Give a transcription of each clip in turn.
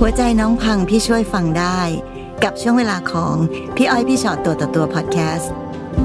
หัวใจน้องพังพี่ช่วยฟังได้กับช่วงเวลาของพี่อ้อยพี่ชอตตัวต่อตัวพอดแคสต์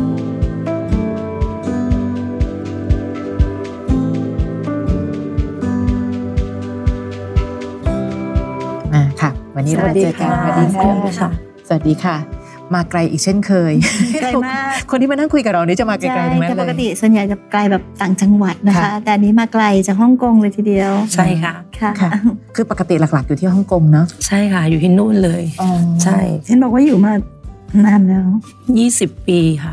ค่ะวันนี้เราเจอกันสวัสดีค่ะสวัสดีค่ะมาไกลอีกเช่นเคยไกลมากคนที่มานั่งคุยกับเรานี่จะมาไกลๆทั้งนั้นเลยปกติส่วนใหญ่จะไกลแบบต่างจังหวัดนะคะแต่อันนี้มาไกลจากฮ่องกงเลยทีเดียวใช่ค่ะค่ะคือปกติหลักๆอยู่ที่ฮ่องกงเนาะใช่ค่ะอยู่ที่นู่นเลยใช่เห็นบอกว่าอยู่มานานแล้ว 20 ปีค่ะ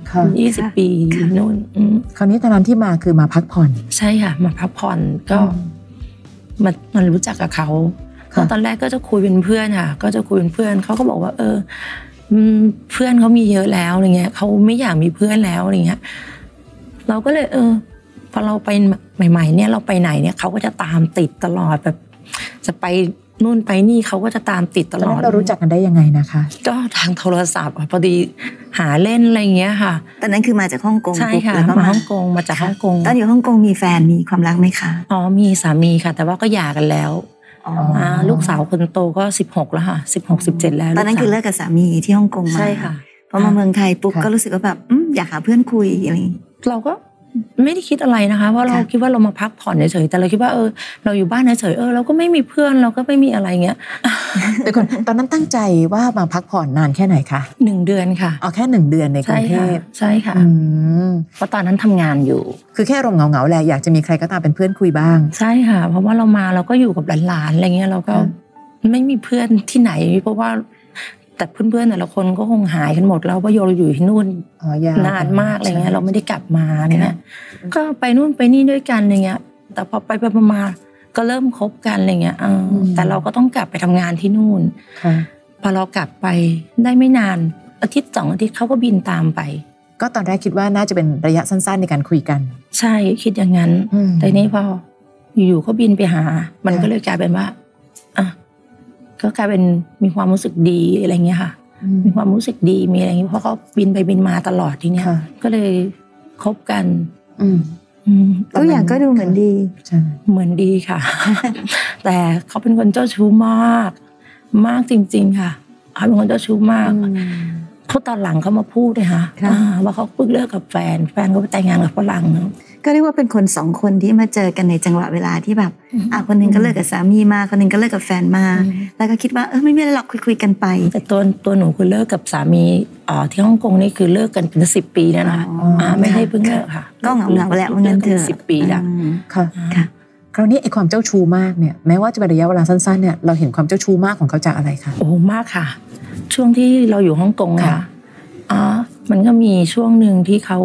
20 ปีอยู่นู่นคราวนี้ตอนนั้นที่มาคือมาพักผ่อนใช่ค่ะมาพักผ่อนก็มันรู้จักกับเขาตอนแรกก็จะคุยเป็นเพื่อนค่ะก็จะคุยเป็นเพื่อนเขาก็บอกว่าเพื่อนเขามีเยอะแล้วอะไรเงี้ยเขาไม่อยากมีเพื่อนแล้วอะไรเงี้ยเราก็เลยพอเราไปใหม่ๆเนี่ยเราไปไหนเนี่ยเขาก็จะตามติดตลอดแบบจะไปนู่นไปนี่เขาก็จะตามติดตลอดเรารู้จักกันได้ยังไงนะคะก็ทางโทรศัพท์พอดีหาเล่นอะไรเงี้ยค่ะตอนนั้นคือมาจากฮ่องกงใช่ค่ะมาฮ่องกงมาจากฮ่องกงตอนอยู่ฮ่องกงมีแฟนมีความรักไหมคะอ๋อมีสามีค่ะแต่ว่าก็หย่ากันแล้วลูกสาวคนโตก็16แล้วค่ะ16 17แล้วตอนนั้นคือเลิกกับสามีที่ฮ่องกงมาใช่ค่ะพอมาเมืองไทยปุ๊บก็รู้สึกว่าแบบอยากหาเพื่อนคุยอะไรเราก็ไม่ได้คิดอะไรนะคะว่าเราคิดว่าเรามาพักผ่อนเฉยๆแต่เราคิดว่าเราอยู่บ้านเฉยๆเราก็ไม่มีเพื่อนเราก็ไม่มีอะไรเงี้ยแต่ก่อนตอนนั้นตั้งใจว่ามาพักผ่อนนานแค่ไหนคะ 1 เดือนค่ะอ๋อแค่1 เดือนในกรุงเทพใช่ค่ะเพราะตอนนั้นทำงานอยู่คือแค่อารมณ์เหงาๆแหละอยากจะมีใครก็ตามเป็นเพื่อนคุยบ้างใช่ค่ะเพราะว่าเรามาเราก็อยู่กับหลานๆอะไรเงี้ยเราก็ไม่มีเพื่อนที่ไหนเพราะว่าแต่เพื่อนๆแต่ละคนก็คงหายกันหมดแล้วว่าโยอยู่ที่นู่นนานมากอะไรเงี้ยเราไม่ได้กลับมาเนี่ยก็ไปนู่นไปนี่ด้วยกันอะไรเงี้ยแต่พอไปมาก็เริ่มคบกันอะไรเงี้ยแต่เราก็ต้องกลับไปทำงานที่นู่นพอเรากลับไปได้ไม่นานอาทิตย์2 อาทิตย์เขาก็บินตามไปก็ตอนแรกคิดว่าน่าจะเป็นระยะสั้นๆในการคุยกันใช่คิดอย่างนั้นแต่นี้พออยู่ๆเขาบินไปหามันก็เลยกลายเป็นว่าก็กลายเป็นมีความรู้สึกดีอะไรเงี้ยค่ะมีความรู้สึกดีมีอะไรเงี้ยเพราะเขาบินไปบินมาตลอดทีเนี้ยก็เลยคบกันทุกอย่างก็ดูเหมือนดีเหมือนดีค่ะ แต่เขาเป็นคนเจ้าชู้มากมากจริงๆค่ะเขาเป็นคนเจ้าชู้มากเขาตอนหลังเขามาพูดเลยค่ะว่าเขาเพิ่งเลิกกับแฟนเขาไปแต่งงานกับฝรั่งก็เรียกว่าเป็นคน2 คนที่มาเจอกันในจังหวะเวลาที่แบบคนนึงก็เลิกกับสามีมาคนนึงก็เลิกกับแฟนมาแล้วก็คิดว่าไม่มีอะไรหรอกคุยกันไปแต่ตัวหนูคือเลิกกับสามีที่ฮ่องกงนี่คือเลิกกันเป็น10 ปีแล้วนะคะไม่ได้เพิ่งเลิกค่ะก็เหงาๆแหละว่างั้นเถอะ 10 ปีแล้วค่ะคราวนี้ไอ้ความเจ้าชู้มากเนี่ยแม้ว่าจะเป็นระยะเวลาสั้นๆเนี่ยเราเห็นความเจ้าชู้มากของเขาจากอะไรคะโอ้มากค่ะช่วงที่เราอยู่ฮ่องกงค่ะมันก็มีช่วงนึงที่เขา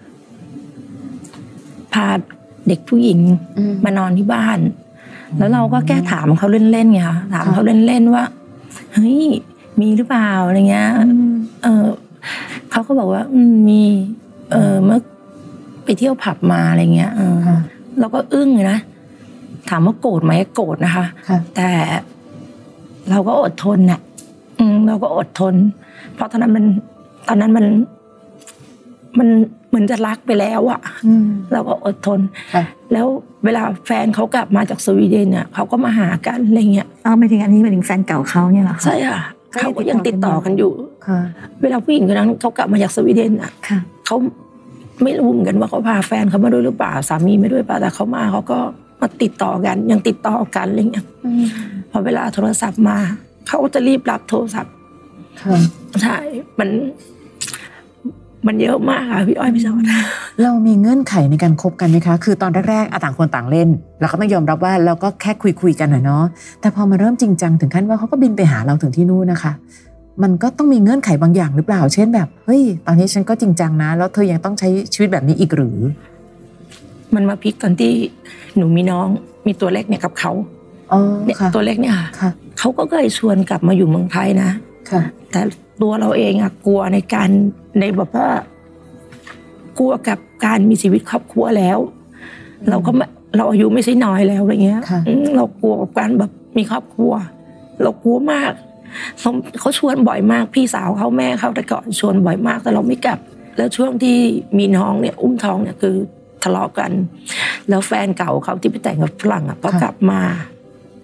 พาเด็กผู้หญิงมานอนที่บ้านแล้วเราก็แก้ถามเขาเล่นๆไงคะถามเขาเล่นๆว่าเฮ้ยมีหรือเปล่าอะไรเงี้ยเขาก็บอกว่ามีเมื่อไปเที่ยวผับมาอะไรเงี้ยเราก็อึ้งนะถามว่าโกรธไหมโกรธนะคะแต่เราก็อดทนน่ะเราก็อดทนเพราะตอนนั้นมันเหมือนจะรักไปแล้วอ่ะเราก็อดทนแล้วเวลาแฟนเขากลับมาจากสวีเดนเนี่ยเขาก็มาหากันอะไรเงี้ยไม่ถึงอันนี้หมายถึงแฟนเก่าเขาเนี่ยเหรอใช่ค่ะเขาก็ยังติดต่อกันอยู่เวลาผู้หญิงคนนั้นเขากลับมาจากสวีเดนอ่ะเขาไม่รู้เหมือนกันว่าเขาพาแฟนเขามาด้วยหรือเปล่าสามีไม่ด้วยเปล่าแต่เขามาเขาก็มาติดต่อกันยังติดต่อกันอะไรเงี้ยพอเวลาโทรศัพท์มาเขาก็จะรีบรับโทรศัพท์ใช่มันเยอะมากค่ะพี่อ้อยพี่ชอนเรามีเงื่อนไขในการคบกันไหมคะคือตอนแรกๆต่างคนต่างเล่นเราก็ต้องยอมรับว่าเราก็แค่คุยกันนะเนาะแต่พอมาเริ่มจริงจังถึงขั้นว่าเขาก็บินไปหาเราถึงที่นู่นนะคะมันก็ต้องมีเงื่อนไขบางอย่างหรือเปล่าเช่นแบบเฮ้ยตอนนี้ฉันก็จริงจังนะแล้วเธอยังต้องใช้ชีวิตแบบนี้อีกหรือมันมาพลิกตอนที่หนูมีน้องมีตัวเล็กเนี่ยกับเขาเนี่ยตัวเล็กเนี่ยค่ะเขาก็เลยชวนกลับมาอยู่เมืองไทยนะแต่ตัวเราเองอะกลัวในแบบว่ากลัวกับการมีชีวิตครอบครัวแล้วเราอายุไม่ใช่น้อยแล้วอะไรเงี้ยเรากลัวกับการแบบมีครอบครัวเรากลัวมากเขาชวนบ่อยมากพี่สาวเขาแม่เขาแต่ก่อนชวนบ่อยมากแต่เราไม่กลับแล้วช่วงที่มีน้องเนี่ยอุ้มท้องเนี่ยคือทะเลาะกันแล้วแฟนเก่าเขาที่ไปแต่งกับฝรั่งอะก็กลับมา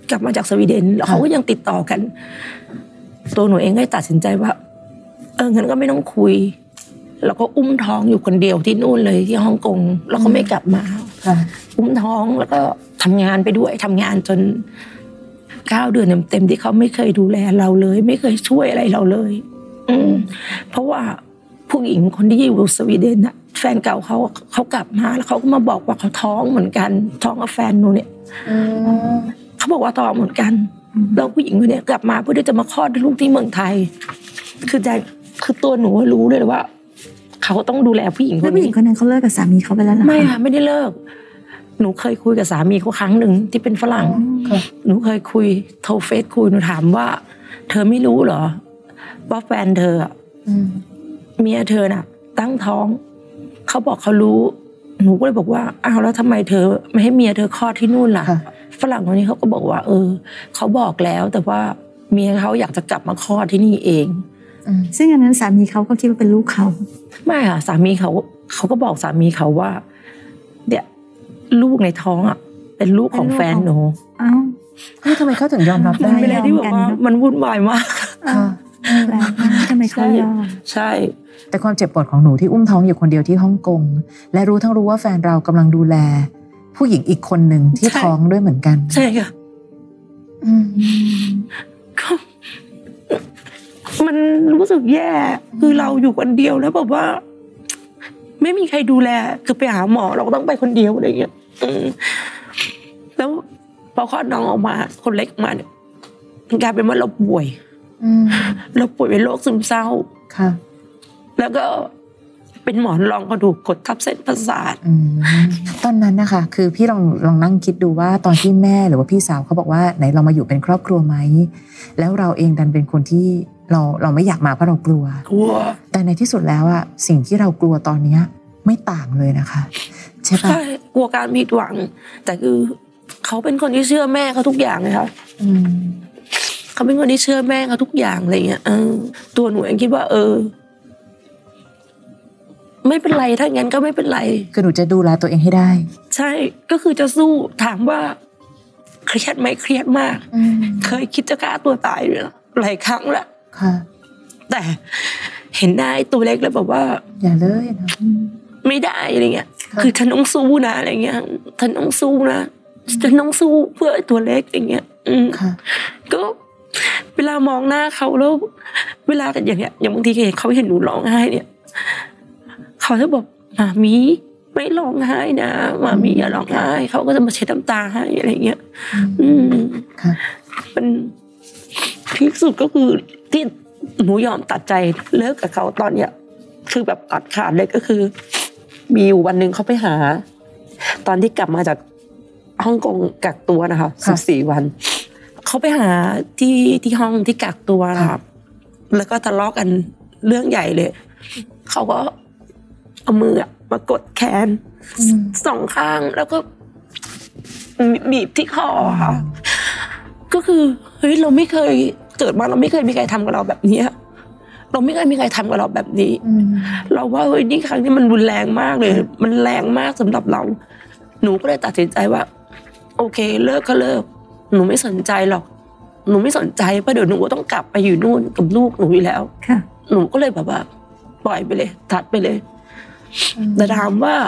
กลับมาจากสวีเดนแล้วเขาก็ยังติดต่อกันตัวหนูเองก็ตัดสินใจว่างั้นก็ไม่ต้องคุยแล้วก็อุ้มท้องอยู่คนเดียวที่นู่นเลยที่ฮ่องกงแล้วก็ไม่กลับมาอุ้มท้องแล้วก็ทำงานไปด้วยทำงานจน9 เดือนเต็มๆที่เขาไม่เคยดูแลเราเลยไม่เคยช่วยอะไรเราเลยเพราะว่าผู้หญิงคนที่อยู่สวีเดนน่ะแฟนเก่าเขากลับมาแล้วเขาก็มาบอกว่าเขาท้องเหมือนกันท้องกับแฟนหนูเนี่ยเขาบอกว่าท้องเหมือนกันแล้วผู้หญิงคนนี้กลับมาเพื่อที่จะมาคลอดลูกที่เมืองไทยคือตัวหนูรู้เลยว่าเขาต้องดูแลผู้หญิงคนนี้ผู้หญิงคนนั้นเขาเลิกกับสามีเขาไปแล้วหรอไม่ค่ะไม่ได้เลิกหนูเคยคุยกับสามีเขาครั้งหนึ่งที่เป็นฝรั่งหนูเคยคุยโทรเฟซคุยหนูถามว่าเธอไม่รู้เหรอว่าแฟนเธอเมียเธอน่ะตั้งท้องเขาบอกเขารู้หนูก็เลยบอกว่าอ้าวแล้วทำไมเธอไม่ให้เมียเธอคลอดที่นู่นล่ะฝรั่งคนนี้เขาก็บอกว่าเขาบอกแล้วแต่ว่าเมียเขาอยากจะกลับมาคลอดที่นี่เองซึ่งอันนั้นสามีเขาก็คิดว่าเป็นลูกเขาไม่ค่ะสามีเขาก็บอกสามีเขาว่าเนี่ยลูกในท้องอ่ะเป็นลูกของแฟนหนูอ้าวทำไมเขาถึงยอมรับได้ไม่ได้ที่บอกว่ามันวุ่นวายมากทำไมเขายอมใช่แต่ความเจ็บปวดของหนูที่อุ้มท้องอยู่คนเดียวที่ฮ่องกงและรู้ว่าแฟนเรากำลังดูแลผู้หญิงอีกคนหนึ่งที่ท้องด้วยเหมือนกันใช่ค่ะมันรู้สึกแย่คือเราอยู่คนเดียวแล้วแบบว่าไม่มีใครดูแลคือไปหาหมอเราก็ต้องไปคนเดียวอะไรอย่างเงี้ยแล้วพอคลอดน้องออกมาคนเล็กมาเนี่ยกลายเป็นว่าเราป่วยเป็นโรคซึมเศร้าค่ะแล้วก็เป็นหมอนรองกระดูกกดทับเส้นประสาทตอนนั้นนะคะคือพี่ลองนั่งคิดดูว่าตอนที่แม่หรือว่าพี่สาวเขาบอกว่าไหนเรามาอยู่เป็นครอบครัวไหมแล้วเราเองดันเป็นคนที่เราไม่อยากมาเพราะเรากลัวแต่ในที่สุดแล้วอะสิ่งที่เรากลัวตอนนี้ไม่ต่างเลยนะคะใช่ปะใช่กลัวการผิดหวังแต่คือเขาเป็นคนที่เชื่อแม่เขาทุกอย่างเลยค่ะเขาเป็นคนที่เชื่อแม่เขาทุกอย่างอะไรเงี้ยตัวหนูเองคิดว่าไม่เป็นไรถ้างั้นก็ไม่เป็นไรคือหนูจะดูแลตัวเองให้ได้ใช่ก็คือจะสู้ถามว่าเครียดไหมเครียดมากเคยคิดจะฆ่าตัวตายอยู่หลายครั้งแหละค่ะแต่เห็นได้ตัวเล็กแล้วแบบว่าอย่าเลยนะไม่ได้อะไรเงี้ยคือฉันต้องสู้นะอะไรเงี้ยฉันต้องสู้นะฉันต้องสู้เพื่อตัวเล็กอย่างเงี้ยก็เวลามองหน้าเขาแล้วเวลากันอย่างเงี้ยอย่างบางทีเขาเห็นหนูร้องไห้เนี่ยเขาจะบอกหมามีไม่ร้องไห้นะหมามีอย่าร้องไห้เขาก็จะมาเช็ดน้ำตาให้อะไรเงี้ยเป็นพีคสุดก็คือที่หนูยอมตัดใจเลิกกับเขาตอนเนี้ยคือแบบตัดขาดเลยก็คือมีอยู่วันหนึ่งเขาไปหาตอนที่กลับมาจากฮ่องกงกักตัวนะคะ14 วันเขาไปหาที่ห้องที่กักตัวนะครับแล้วก็ทะเลาะกันเรื่องใหญ่เลยเขาก็เอามือมากดแขน2 ข้างแล้วก็บีบที่คอค่ะก็คือเฮ้ยเราไม่เคยเกิดมาเราไม่เคยมีใครทำกับเราแบบนี้เราไม่เคยมีใครทำกับเราแบบนี้เราว่าเฮ้ยนี่ครั้งนี้มันรุนแรงมากเลยมันแรงมากสำหรับเราหนูก็เลยตัดสินใจว่าโอเคเลิกก็เลิกหนูไม่สนใจหรอกหนูไม่สนใจเพราะเดี๋ยวหนูก็ต้องกลับไปอยู่นู่นกับลูกหนูอยู่แล้วหนูก็เลยแบบว่าปล่อยไปเลยตัดไปเลยแต่ถามว่า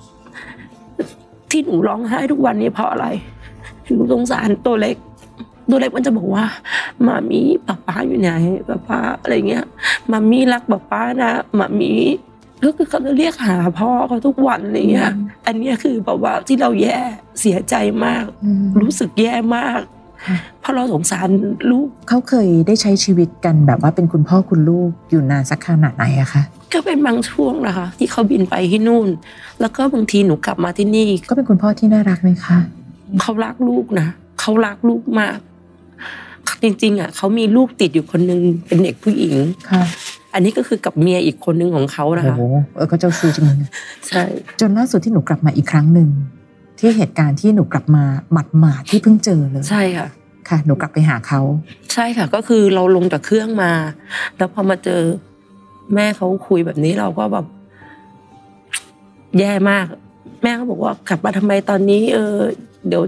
ที่หนูร้องไห้ทุกวันนี้เพราะอะไรหนูสงสารตัวเล็กมันจะบอกว่ามามีป๊าอยู่ไหนป๊าอะไรเงี้ยมามีรักป๊านะมามีก็คือเขาจะเรียกหาพ่อเขาทุกวันอะไรเงี้ยอันนี้คือแบบว่าที่เราแย่เสียใจมากรู้สึกแย่มากเพราะเราสงสารลูกเขาเคยได้ใช้ชีวิตกันแบบว่าเป็นคุณพ่อคุณลูกอยู่นานสักขนาดไหนอะคะก็เป็นบางช่วงนะคะที่เขาบินไปที่นู่นแล้วก็บางทีหนูกลับมาที่นี่ก็เป็นคุณพ่อที่น่ารักไหมคะเขารักลูกนะเขารักลูกมากจริงๆเขามีลูกติดอยู่คนนึงเป็นเด็กผู้หญิงค่ะอันนี้ก็คือกับเมียอีกคนนึงของเขานะคะโอ้โหเขาเจ้าชู้จริงใช่จนล่าสุดที่หนูกลับมาอีกครั้งนึงที่เหตุการณ์ที่หนูกลับมาหมาดๆที่เพิ่งเจอเลยใช่ค่ะค่ะหนูกลับไปหาเขาใช่ค่ะก็คือเราลงจากเครื่องมาแล้วพอมาเจอแม่เขาคุยแบบนี้เราก็แบบแย่มากแม่เขาบอกว่ากลับมาทำไมตอนนี้เดี๋ยวจะ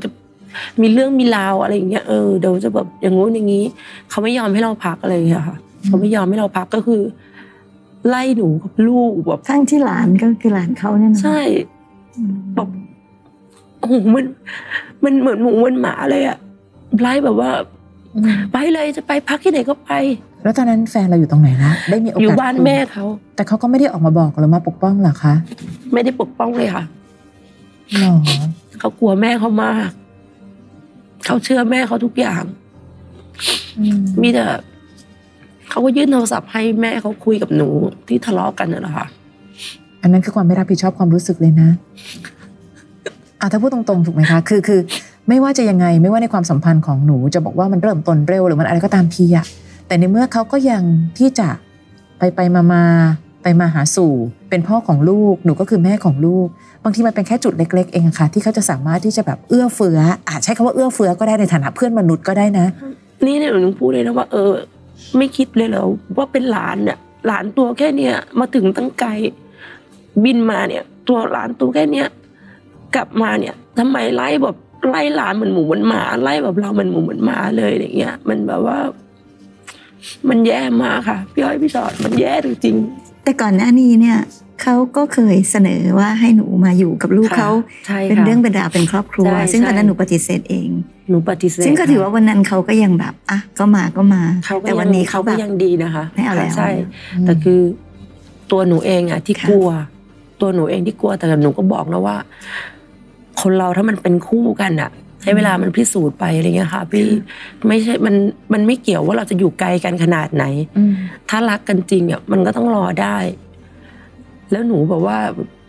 มีเรื่องมีราวอะไรอย่างเงี้ยเดี๋ยวจะแบบอย่างงู้นอย่างงี้เขาไม่ยอมให้เราพักอะไรอย่างเงี้ยค่ะเขาไม่ยอมให้เราพักก็คือไล่หนูกับลูกแบบทั้งที่หลานก็คือหลานเขาเนี่ยใช่แบบโอ้โหมันเหมือนหมูเหมือนหมาเลยอะไล่แบบว่าไปเลยจะไปพักที่ไหนก็ไปแล้วตอนนั้นแฟนเราอยู่ตรงไหนนะได้มีโอกาสอยู่บ้านแม่เขาแต่เขาก็ไม่ได้ออกมาบอกหรือมาปกป้องหรอคะไม่ได้ปกป้องเลยค่ะหรอเขากลัวแม่เขามากเขาเชื่อแม่เขาทุกอย่างมีแต่เขาก็ยื่นโทรศัพท์ให้แม่เขาคุยกับหนูที่ทะเลาะกันนั่นแหละค่ะอันนั้นคือความไม่รับผิดชอบความรู้สึกเลยนะถ้าพูดตรงๆถูกไหมคะคือไม่ว่าจะยังไงไม่ว่าในความสัมพันธ์ของหนูจะบอกว่ามันเริ่มต้นเร็วหรือมันอะไรก็ตามทีอะแต่ในเมื่อเขาก็ยังที่จะไปมาหาสู่เป็นพ่อของลูกหนูก็คือแม่ของลูกบางทีมันเป็นแค่จุดเล็กๆเองค่ะที่เขาจะสามารถที่จะแบบเอื้อเฟื้อใช้คำว่าเอื้อเฟื้อก็ได้ในฐานะเพื่อนมนุษย์ก็ได้นะนี่เนี่ยหนูพูดเลยนะว่าไม่คิดเลยเหรอว่าเป็นหลานเนี่ยหลานตัวแค่เนี้ยมาถึงตั้งไกลบินมาเนี่ยตัวหลานตัวแค่เนี้ยกลับมาเนี่ยทำไมไล่แบบไล่หลานเหมือนหมูเหมือนหมาไล่แบบเราเหมือนหมูเหมือนหมาเลยอย่างเงี้ยมันแบบว่ามันแย่มากค่ะพี่อ้อยพี่ชอดมันแย่จริงๆแต่ก่อนหน้านี้เนี่ยเขาก็เคยเสนอว่าให้หนูมาอยู่กับลูกเขาเป็นเรื่องเป็นราวเป็นครอบครัวซึ่งตอนนั้นหนูปฏิเสธเองหนูปฏิเสธซึ่งก็ถือว่าวันนั้นเขาก็ยังแบบก็มาแต่วันนี้เขาก็ยังดีนะคะไม่เอาแล้วใช่แต่คือตัวหนูเองอะที่กลัวตัวหนูเองที่กลัวแต่หนูก็บอกนะว่าคนเราถ้ามันเป็นคู่กันอะใช้เวลามันพิสูจน์ไปอะไรเงี้ยค่ะพี่ไม่ใช่มันไม่เกี่ยวว่าเราจะอยู่ไกลกันขนาดไหนถ้ารักกันจริงอะมันก็ต้องรอได้แล้วหนูบอกว่า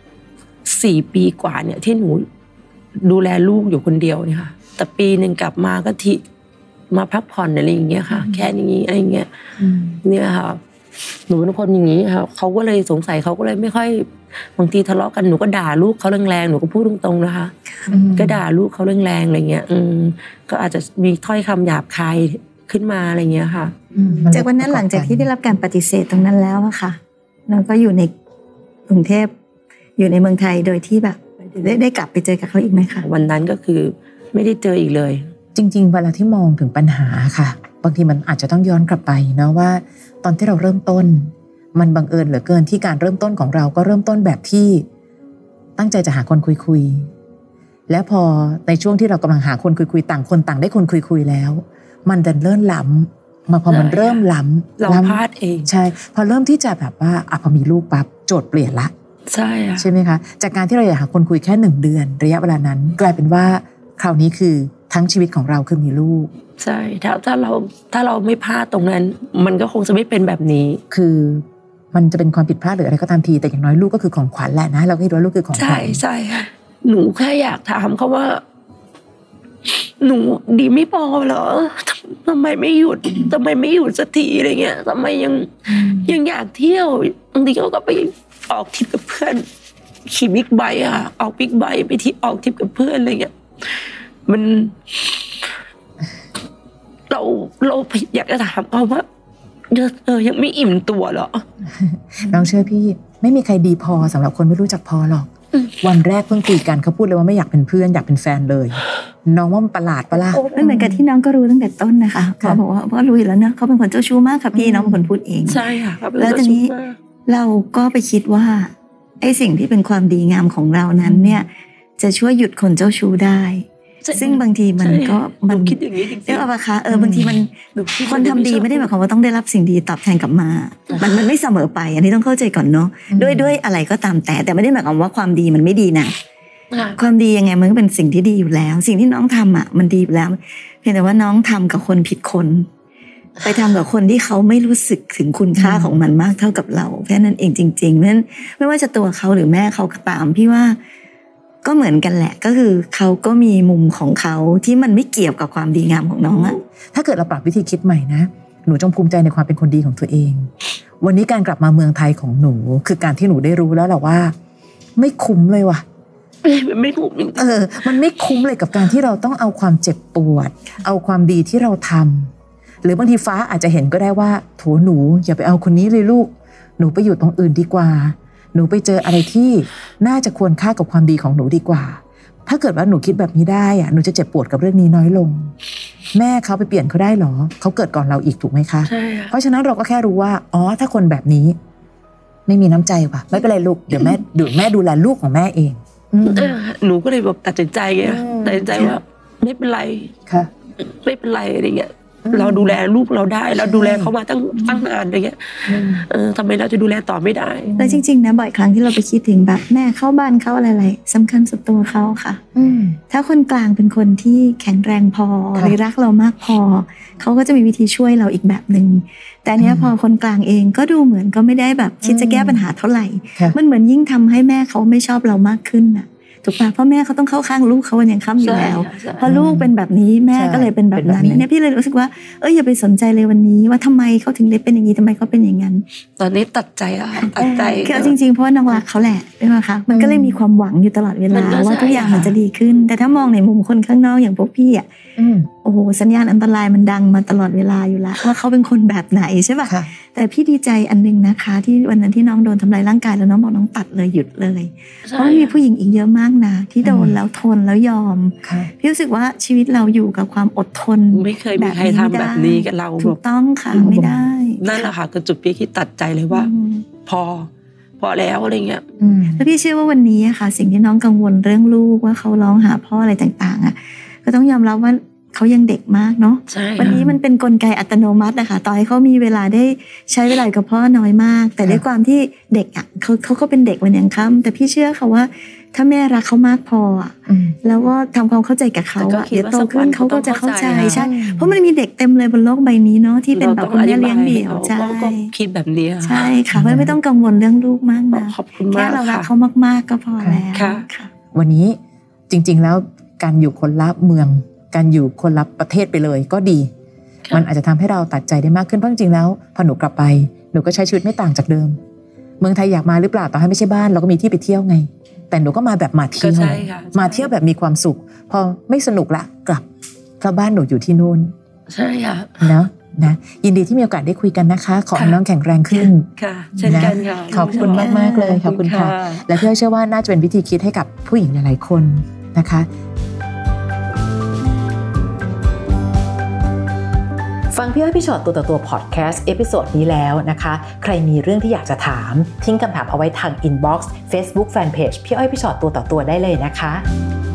4 ปีกว่าเนี่ยที่หนูดูแลลูกอยู่คนเดียวเนี่ยค่ะแต่ปีนึงกลับมาก็มาพักผ่อนอะไรอย่างเงี้ยค่ะแค่นี้อะไรเงี้ยเนี่ยค่ะหนูเป็นคนอย่างนี้ค่ะเขาก็เลยสงสัยเขาก็เลยไม่ค่อยบางทีทะเลาะกันหนูก็ด่าลูกเขาแรงๆหนูก็พูดตรงๆนะคะก็ด่าลูกเขาแรงๆอะไรเงี้ยก็อาจจะมีถ้อยคำหยาบคายขึ้นมาอะไรเงี้ยค่ะจากวันนั้นหลังจากที่ได้รับการปฏิเสธตรงนั้นแล้วอะค่ะเราก็อยู่ในกรุงเทพอยู่ในเมืองไทยโดยที่แบบได้กลับไปเจอกับเขาอีกไหมคะวันนั้นก็คือไม่ได้เจออีกเลยจริงๆเวลาที่มองถึงปัญหาค่ะบางทีมันอาจจะต้องย้อนกลับไปเนาะว่าตอนที่เราเริ่มต้นมันบังเอิญเหลือเกินที่การเริ่มต้นของเราก็เริ่มต้นแบบที่ตั้งใจจะหาคนคุยและพอในช่วงที่เรากำลังหาคนคุยต่างคนต่างได้คนคุยแล้วมันดันเริ่มล้ำมาพอมันเริ่มล้ำเราพลาดเองใช่พอเริ่มที่จะแบบว่าพอมีลูกปั๊บโจทย์เปลี่ยนละใช่ไหมคะจากการที่เราอยากหาคนคุยแค่1 เดือนระยะเวลานั้นกลายเป็นว่าคราวนี้คือทั้งชีวิตของเราคือมีลูกใช่ถ้าเราไม่พลาดตรงนั้นมันก็คงจะไม่เป็นแบบนี้คือมันจะเป็นความผิดพลาดหรืออะไรก็ตามทีแต่อย่างน้อยลูกก็คือของขวัญแหละนะเราก็คิดว่าลูกคือของขวัญใช่หนูแค่อยากถามเขาว่าหนูดีไม่พอเหรอทำไมไม่หยุดสักทีอะไรเงี้ยทำไมยังอยากเที่ยวบางทีเขาก็ไปออกทริปกับเพื่อนขี่บิ๊กไบค์ค่ะออกบิ๊กไบค์ไปที่ออกทริปกับเพื่อนอะไรเงี้ยมันเราอยากจะถามเขาว่ายังไม่อิ่มตัวเหรอน้องเชื่อพี่ไม่มีใครดีพอสำหรับคนไม่รู้จักพอหรอกวันแรกเพิ่งคุยกันเขาพูดเลยว่าไม่อยากเป็นเพื่อนอยากเป็นแฟนเลยน้องว่ามันประหลาดปะล่ะเหมือนกับที่น้องก็รู้ตั้งแต่ต้นนะคะเขาบอกว่าเพราะรู้อยู่แล้วนะเขาเป็นคนเจ้าชู้มากค่ะพี่น้องเป็นคนพูดเองใช่ค่ะแล้วทีนี้เราก็ไปคิดว่าไอ้สิ่งที่เป็นความดีงามของเรานั้นเนี่ยจะช่วยหยุดคนเจ้าชู้ได้ซึ่งบางทีมันก็มันคิดอย่างนี้จริงๆเรียกว่าคะบางทีมันคนทำดีไม่ได้หมายความว่าต้องได้รับสิ่งดีตอบแทนกลับมามันไม่เสมอไปอันนี้ต้องเข้าใจก่อนเนาะด้วยอะไรก็ตามแต่ไม่ได้หมายความว่าความดีมันไม่ดีนะความดียังไงมันก็เป็นสิ่งที่ดีอยู่แล้วสิ่งที่น้องทำมันดีอยู่แล้วเพียงแต่ว่าน้องทำกับคนผิดคนไปทำกับคนที่เขาไม่รู้สึกถึงคุณค่าของมันมากเท่ากับเราแค่นั้นเองจริงๆเพราะฉะนั้นไม่ว่าจะตัวเขาหรือแม่เขาก็ตามพี่ว่าก็เหมือนกันแหละก็คือเขาก็มีมุมของเขาที่มันไม่เกี่ยวกับความดีงามของน้องอะถ้าเกิดเราปรับวิธีคิดใหม่นะหนูจงภูมิใจในความเป็นคนดีของตัวเองวันนี้การกลับมาเมืองไทยของหนูคือการที่หนูได้รู้แล้วแหละว่าไม่คุ้มเลยว่ะไม่คุ้มมันไม่คุ้มเลยกับการที่เราต้องเอาความเจ็บปวดเอาความดีที่เราทำหรือบางทีฟ้าอาจจะเห็นก็ได้ว่าโถหนูอย่าไปเอาคนนี้เลยลูกหนูไปอยู่ตรงอื่นดีกว่าหนูไปเจออะไรที่น่าจะควรค่ากับความดีของหนูดีกว่าพถ้าเกิดว่าหนูคิดแบบนี้ได้หนูจะเจ็บปวดกับเรื่องนี้น้อยลงแม่เขาไปเปลี่ยนเขาได้หรอเขาเกิดก่อนเราอีกถูกไหมคะเพราะฉะนั้นเราก็แค่รู้ว่าถ้าคนแบบนี้ไม่มีน้ำใจว่ะไม่เป็นไรลูกเดี๋ยวแม่ดูแลลูกของแม่เองหนูก็เลยแบบตัดสินใจไงตัดสินใจว่าไม่เป็นไรค่ะไม่เป็นไรอะไรเงี้ยเราดูแลลูกเราได้เราดูแลเขามาตั้งนานอะไรเงี้ยทำไมเราจะดูแลต่อไม่ได้แล้วจริงๆนะบ่อยครั้งที่เราไปคิดถึงแบบแม่เข้าบ้านเขาอะไรๆสำคัญสุดตัวเขาค่ะถ้าคนกลางเป็นคนที่แข็งแรงพอหรือรักเรามากพอเขาก็จะมีวิธีช่วยเราอีกแบบนึงแต่เนี้ยพอคนกลางเองก็ดูเหมือนก็ไม่ได้แบบคิดจะแก้ปัญหาเท่าไหร่มันเหมือนยิ่งทำให้แม่เขาไม่ชอบเรามากขึ้นน่ะถูกป่ะเพราะแม่เขาต้องเข้าข้างลูกเขาวันยังค่ำอยู่แล้วเพราะลูกเป็นแบบนี้แม่ก็เลยเป็นแบบนั้นเนี่ยพี่เลยรู้สึกว่าอย่าไปสนใจเลยวันนี้ว่าทำไมเขาถึงได้เป็นอย่างนี้ทำไมเขาเป็นอย่างนั้นตอนนี้ตัดใจแล้วตัดใจคือจริงๆเพราะน้องรักเขาแหละใช่ไหมคะมันก็เลยมีความหวังอยู่ตลอดเวลาว่าทุกอย่างมันจะดีขึ้นแต่ถ้ามองในมุมคนข้างนอกอย่างพวกพี่โอ้โหสัญญาณอันตรายมันดังมาตลอดเวลาอยู่แล้วว่าเขาเป็นคนแบบไหนใช่ป่ะแต่พี่ดีใจอันนึงนะคะที่วันนั้นที่น้องโดนทำลายร่างกายแล้วน้องบอกน้องตัดเลยหยุดเลยเพราะมีผู้หญิงอีกเยอะมากนะที่โดนแล้วทนแล้วยอมพี่รู้สึกว่าชีวิตเราอยู่กับความอดทนไม่เคยมีใครทำแบบนี้กับเราถูกต้องค่ะไม่ได้นั่นแหละค่ะคือจุดพี่ที่ตัดใจเลยว่าพอแล้วอะไรเงี้ยแล้วพี่เชื่อว่าวันนี้ค่ะสิ่งที่น้องกังวลเรื่องลูกว่าเขาร้องหาพ่ออะไรต่างๆก็ต้องยอมรับว่าเขายังเด็กมากเนาะวันนี้มันเป็นกลไกอัตโนมัตินะคะต่อให้เขามีเวลาได้ใช้เวลากับพ่อน้อยมากแต่ด้วยความที่เด็กเขาก็เป็นเด็กวันยังค่ำแต่พี่เชื่อค่ะว่าถ้าแม่รักเขามากพอแล้วก็ทำความเข้าใจกับเขาเดี๋ยวโตขึ้นเขาก็จะเข้าใจใช่เพราะมันมีเด็กเต็มเลยบนโลกใบนี้เนาะที่เป็นแบบคนแม่เลี้ยงเดี่ยวใช่คิดแบบนี้ใช่ค่ะไม่ต้องกังวลเรื่องลูกมากนะแค่เรารักเขามากๆก็พอแล้วค่ะวันนี้จริงๆแล้วการอยู่คนละเมืองการอยู่คนละประเทศไปเลยก็ดีมันอาจจะทำให้เราตัดใจได้มากขึ้นเพราะจริงๆแล้วพอหนูกลับไปหนูก็ใช้ชีวิตไม่ต่างจากเดิมเมืองไทยอยากมาหรือเปล่าต่อให้ไม่ใช่บ้านเราก็มีที่ไปเที่ยวไงแต่หนูก็มาแบบมาเที่ยวมาเที่ยวแบบมีความสุขพอไม่สนุกละกลับเพราะบ้านหนูอยู่ที่นู่นใช่ค่ะนะยินดีที่มีโอกาสได้คุยกันนะคะขอให้น้องแข็งแรงขึ้นค่ะเช่นกันค่ะขอบคุณมากๆเลยขอบคุณค่ะและพี่เชื่อว่าน่าจะเป็นวิธีคิดให้กับผู้หญิงหลายๆคนนะคะฟังพี่อ้อยพี่ชอตตัวต่อตัวพอดแคสต์เอพิโซดนี้แล้วนะคะใครมีเรื่องที่อยากจะถามทิ้งคำถามเอาไว้ทางอินบ็อกซ์ Facebook Fanpage พี่อ้อยพี่ชอตตัวต่อตัวได้เลยนะคะ